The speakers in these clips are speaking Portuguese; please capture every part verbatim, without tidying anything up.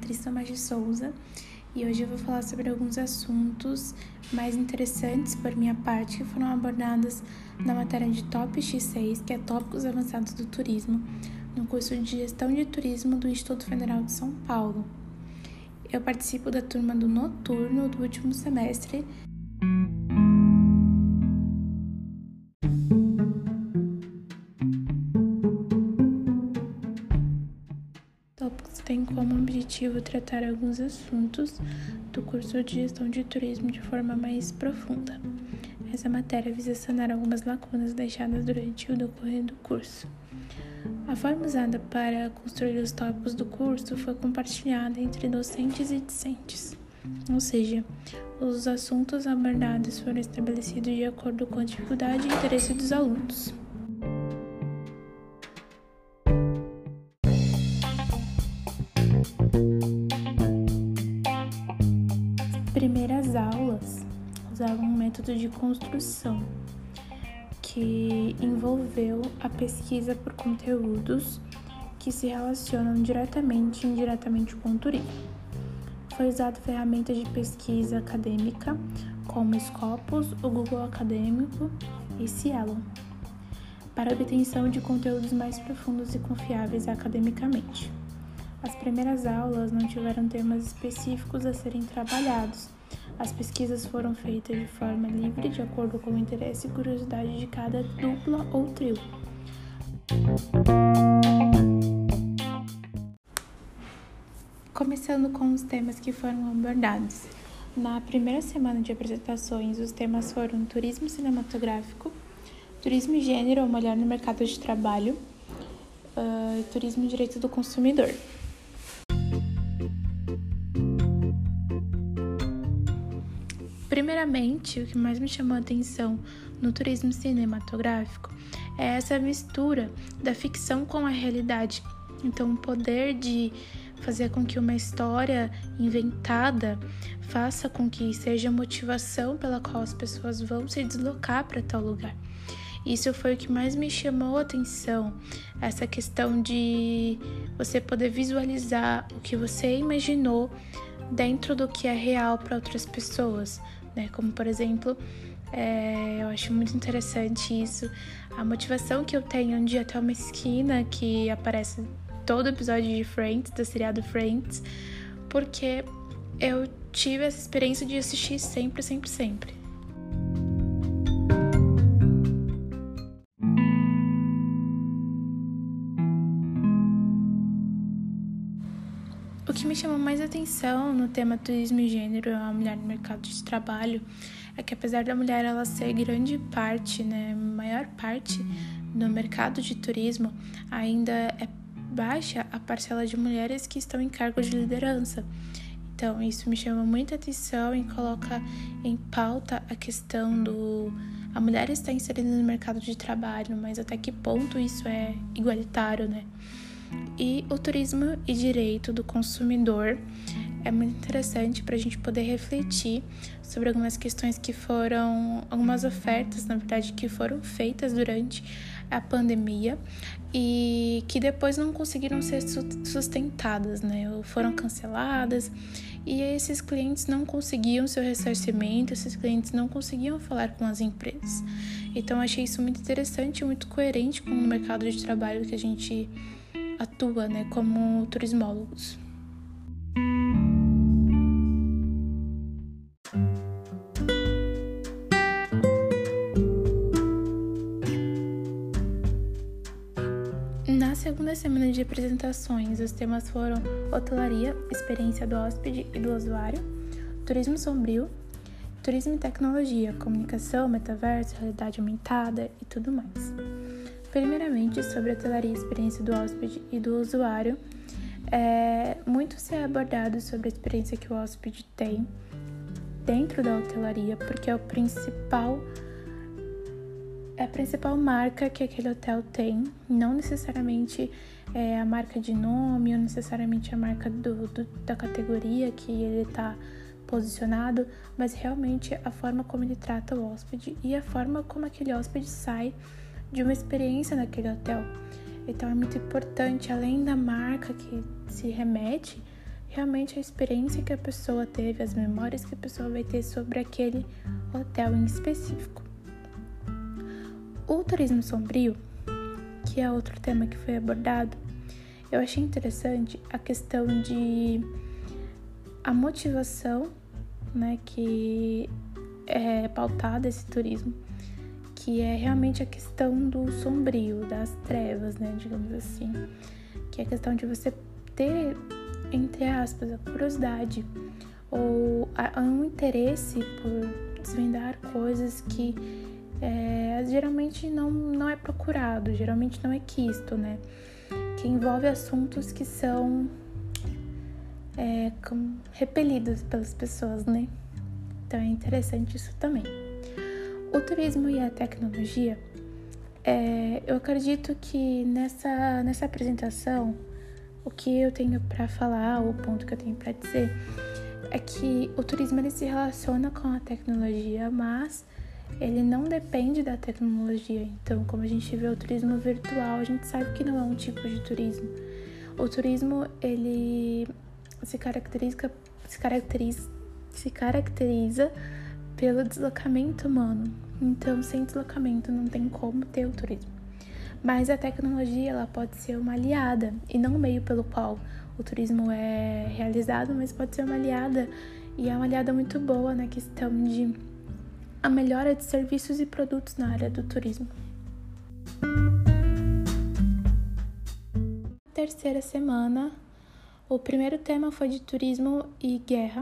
Beatriz Tomás de Souza e hoje eu vou falar sobre alguns assuntos mais interessantes por minha parte que foram abordados na matéria de Top X seis, que é Tópicos Avançados do Turismo, no curso de Gestão de Turismo do Instituto Federal de São Paulo. Eu participo da turma do noturno do último semestre. Tópicos tem como objetivo tratar alguns assuntos do curso de Gestão de Turismo de forma mais profunda. Essa matéria visa sanar algumas lacunas deixadas durante o decorrer do curso. A forma usada para construir os tópicos do curso foi compartilhada entre docentes e discentes, ou seja, os assuntos abordados foram estabelecidos de acordo com a dificuldade e interesse dos alunos. As primeiras aulas usavam um método de construção que envolveu a pesquisa por conteúdos que se relacionam diretamente e indiretamente com o turismo. Foi usado ferramentas de pesquisa acadêmica como Scopus, o Google Acadêmico e Cielo, para a obtenção de conteúdos mais profundos e confiáveis academicamente. As primeiras aulas não tiveram temas específicos a serem trabalhados. As pesquisas foram feitas de forma livre, de acordo com o interesse e curiosidade de cada dupla ou trio. Começando com os temas que foram abordados. Na primeira semana de apresentações, os temas foram turismo cinematográfico, turismo e gênero, uma olhar no mercado de trabalho, uh, turismo e direito do consumidor. Primeiramente, o que mais me chamou a atenção no turismo cinematográfico é essa mistura da ficção com a realidade. Então, o poder de fazer com que uma história inventada faça com que seja a motivação pela qual as pessoas vão se deslocar para tal lugar. Isso foi o que mais me chamou a atenção, essa questão de você poder visualizar o que você imaginou dentro do que é real para outras pessoas, né? Como, por exemplo, é, eu acho muito interessante isso, a motivação que eu tenho de ir até uma esquina que aparece todo episódio de Friends, do seriado Friends, porque eu tive essa experiência de assistir sempre, sempre, sempre. O que me chamou mais atenção no tema turismo e gênero, a mulher no mercado de trabalho, é que apesar da mulher ela ser grande parte, né, maior parte no mercado de turismo, ainda é baixa a parcela de mulheres que estão em cargos de liderança. Então, isso me chama muita atenção e coloca em pauta a questão do... A mulher está inserida no mercado de trabalho, mas até que ponto isso é igualitário, né? E o turismo e direito do consumidor é muito interessante para a gente poder refletir sobre algumas questões que foram, algumas ofertas, na verdade, que foram feitas durante a pandemia e que depois não conseguiram ser sustentadas, né? Ou foram canceladas e esses clientes não conseguiam seu ressarcimento, esses clientes não conseguiam falar com as empresas. Então, achei isso muito interessante e muito coerente com o mercado de trabalho que a gente atua, né, como turismólogos. Na segunda semana de apresentações, os temas foram hotelaria, experiência do hóspede e do usuário, turismo sombrio, turismo e tecnologia, comunicação, metaverso, realidade aumentada e tudo mais. Primeiramente, sobre a hotelaria, experiência do hóspede e do usuário, é, muito se é abordado sobre a experiência que o hóspede tem dentro da hotelaria, porque é o principal, é a principal marca que aquele hotel tem, não necessariamente é a marca de nome, ou necessariamente a marca do, do, da categoria que ele está posicionado, mas realmente a forma como ele trata o hóspede e a forma como aquele hóspede sai de uma experiência naquele hotel. Então é muito importante, além da marca que se remete, realmente a experiência que a pessoa teve, as memórias que a pessoa vai ter sobre aquele hotel em específico. O turismo sombrio, que é outro tema que foi abordado, eu achei interessante a questão de a motivação, né, que é pautada esse turismo, que é realmente a questão do sombrio, das trevas, né, digamos assim, que é a questão de você ter, entre aspas, a curiosidade ou a, a um interesse por desvendar coisas que é, geralmente não, não é procurado, geralmente não é quisto, né, que envolve assuntos que são é, com, repelidos pelas pessoas, né, então é interessante isso também. O turismo e a tecnologia, é, eu acredito que nessa, nessa apresentação, o que eu tenho para falar, o ponto que eu tenho para dizer, é que o turismo ele se relaciona com a tecnologia, mas ele não depende da tecnologia. Então, como a gente vê o turismo virtual, a gente sabe que não é um tipo de turismo. O turismo, ele se caracteriza, se caracteriza, se caracteriza pelo deslocamento humano. Então, sem deslocamento não tem como ter o turismo. Mas a tecnologia, ela pode ser uma aliada e não um meio pelo qual o turismo é realizado, mas pode ser uma aliada, e é uma aliada muito boa na questão de a melhora de serviços e produtos na área do turismo. Terceira semana, o primeiro tema foi de turismo e guerra.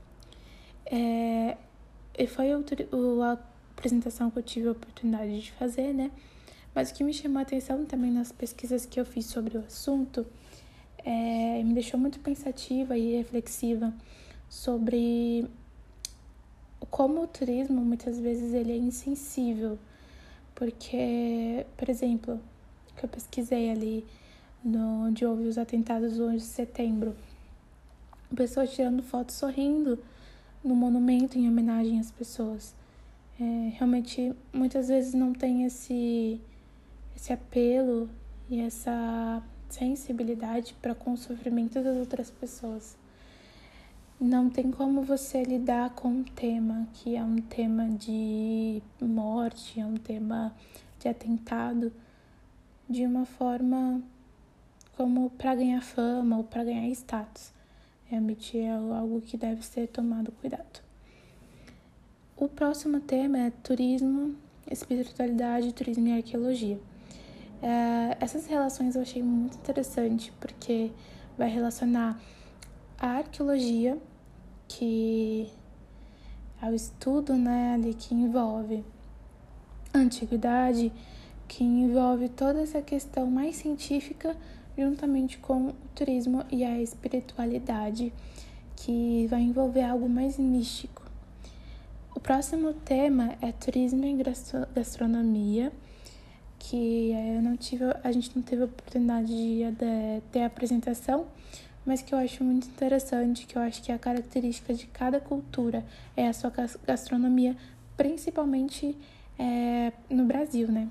É, e foi o, o, a apresentação que eu tive a oportunidade de fazer, né? Mas o que me chamou a atenção também nas pesquisas que eu fiz sobre o assunto, é, me deixou muito pensativa e reflexiva sobre como o turismo, muitas vezes, ele é insensível. Porque, por exemplo, que eu pesquisei ali, no, onde houve os atentados do onze de setembro, pessoas tirando fotos sorrindo no monumento em homenagem às pessoas. É, realmente, muitas vezes não tem esse, esse apelo e essa sensibilidade para com o sofrimento das outras pessoas. Não tem como você lidar com um tema que é um tema de morte, é um tema de atentado, de uma forma como para ganhar fama ou para ganhar status. Realmente é algo que deve ser tomado cuidado. O próximo tema é turismo, espiritualidade, turismo e arqueologia. É, essas relações eu achei muito interessante, porque vai relacionar a arqueologia, que é o estudo, né, ali que envolve a antiguidade, que envolve toda essa questão mais científica, juntamente com o turismo e a espiritualidade, que vai envolver algo mais místico. O próximo tema é turismo e gastronomia, que eu não tive, a gente não teve a oportunidade de, de ter a apresentação, mas que eu acho muito interessante, que eu acho que a característica de cada cultura é a sua gastronomia, principalmente é, no Brasil, né?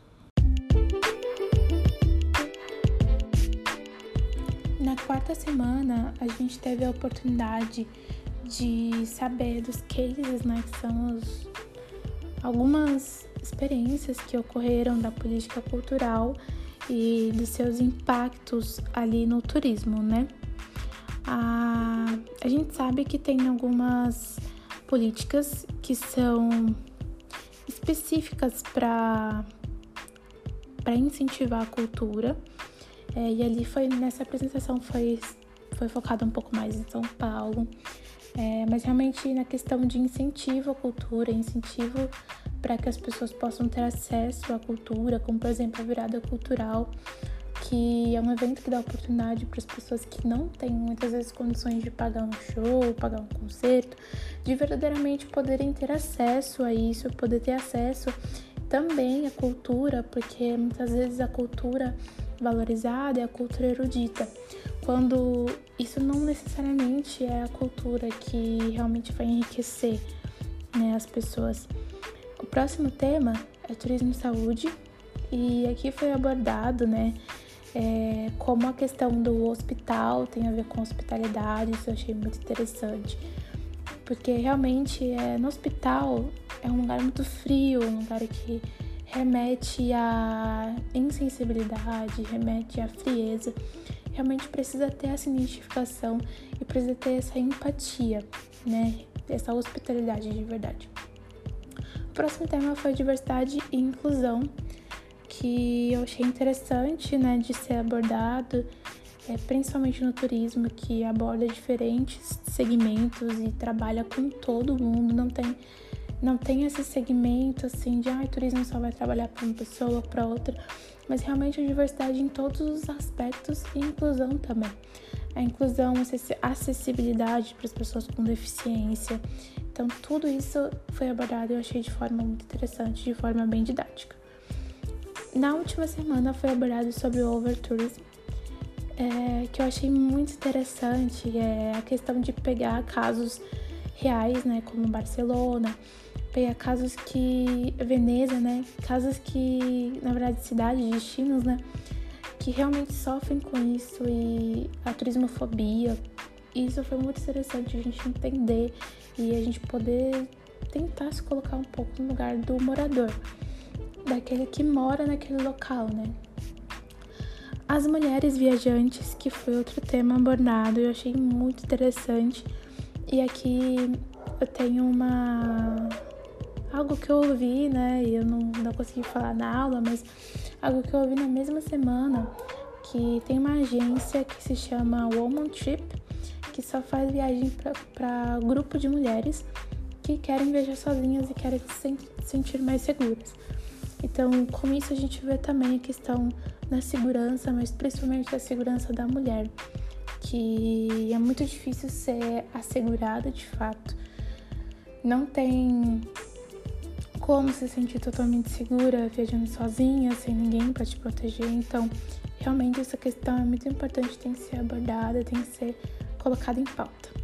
Na quarta semana, a gente teve a oportunidade de saber dos cases, né, que são os, algumas experiências que ocorreram da política cultural e dos seus impactos ali no turismo, né? A, a gente sabe que tem algumas políticas que são específicas para para incentivar a cultura, é, e ali foi, nessa apresentação foi, foi focado um pouco mais em São Paulo, é, mas realmente na questão de incentivo à cultura, incentivo para que as pessoas possam ter acesso à cultura, como por exemplo a virada cultural, que é um evento que dá oportunidade para as pessoas que não têm muitas vezes condições de pagar um show, pagar um concerto, de verdadeiramente poderem ter acesso a isso, poder ter acesso também à cultura, porque muitas vezes a cultura valorizada é a cultura erudita, quando isso não necessariamente é a cultura que realmente vai enriquecer, né, as pessoas. O próximo tema é turismo e saúde, e aqui foi abordado, né, é, como a questão do hospital tem a ver com hospitalidade, isso eu achei muito interessante. Porque realmente é, no hospital é um lugar muito frio, um lugar que remete à insensibilidade, remete à frieza. Realmente precisa ter essa identificação e precisa ter essa empatia, né? Essa hospitalidade de verdade. O próximo tema foi diversidade e inclusão, que eu achei interessante, né, de ser abordado, é, principalmente no turismo, que aborda diferentes segmentos e trabalha com todo mundo, não tem, não tem esse segmento assim de ah, turismo só vai trabalhar para uma pessoa ou para outra, mas realmente a diversidade em todos os aspectos e inclusão também. A inclusão, a acessibilidade para as pessoas com deficiência. Então, tudo isso foi abordado e eu achei de forma muito interessante, de forma bem didática. Na última semana foi abordado sobre o overtourism, é, que eu achei muito interessante, é a questão de pegar casos reais, né, como Barcelona, pegar casos que... Veneza, né, casos que, na verdade, cidades, destinos, né, que realmente sofrem com isso e a turismofobia. Isso foi muito interessante a gente entender e a gente poder tentar se colocar um pouco no lugar do morador, daquele que mora naquele local, né? As mulheres viajantes, que foi outro tema abordado, eu achei muito interessante. E aqui eu tenho uma... algo que eu ouvi, né? E eu não, não consegui falar na aula, mas algo que eu ouvi na mesma semana, que tem uma agência que se chama Woman Trip, que só faz viagem para grupo de mulheres que querem viajar sozinhas e querem se sentir mais seguras. Então, com isso a gente vê também a questão da segurança, mas principalmente da segurança da mulher, que é muito difícil ser assegurada de fato. Não tem como se sentir totalmente segura viajando sozinha, sem ninguém para te proteger. Então, realmente essa questão é muito importante, tem que ser abordada, tem que ser colocada em pauta.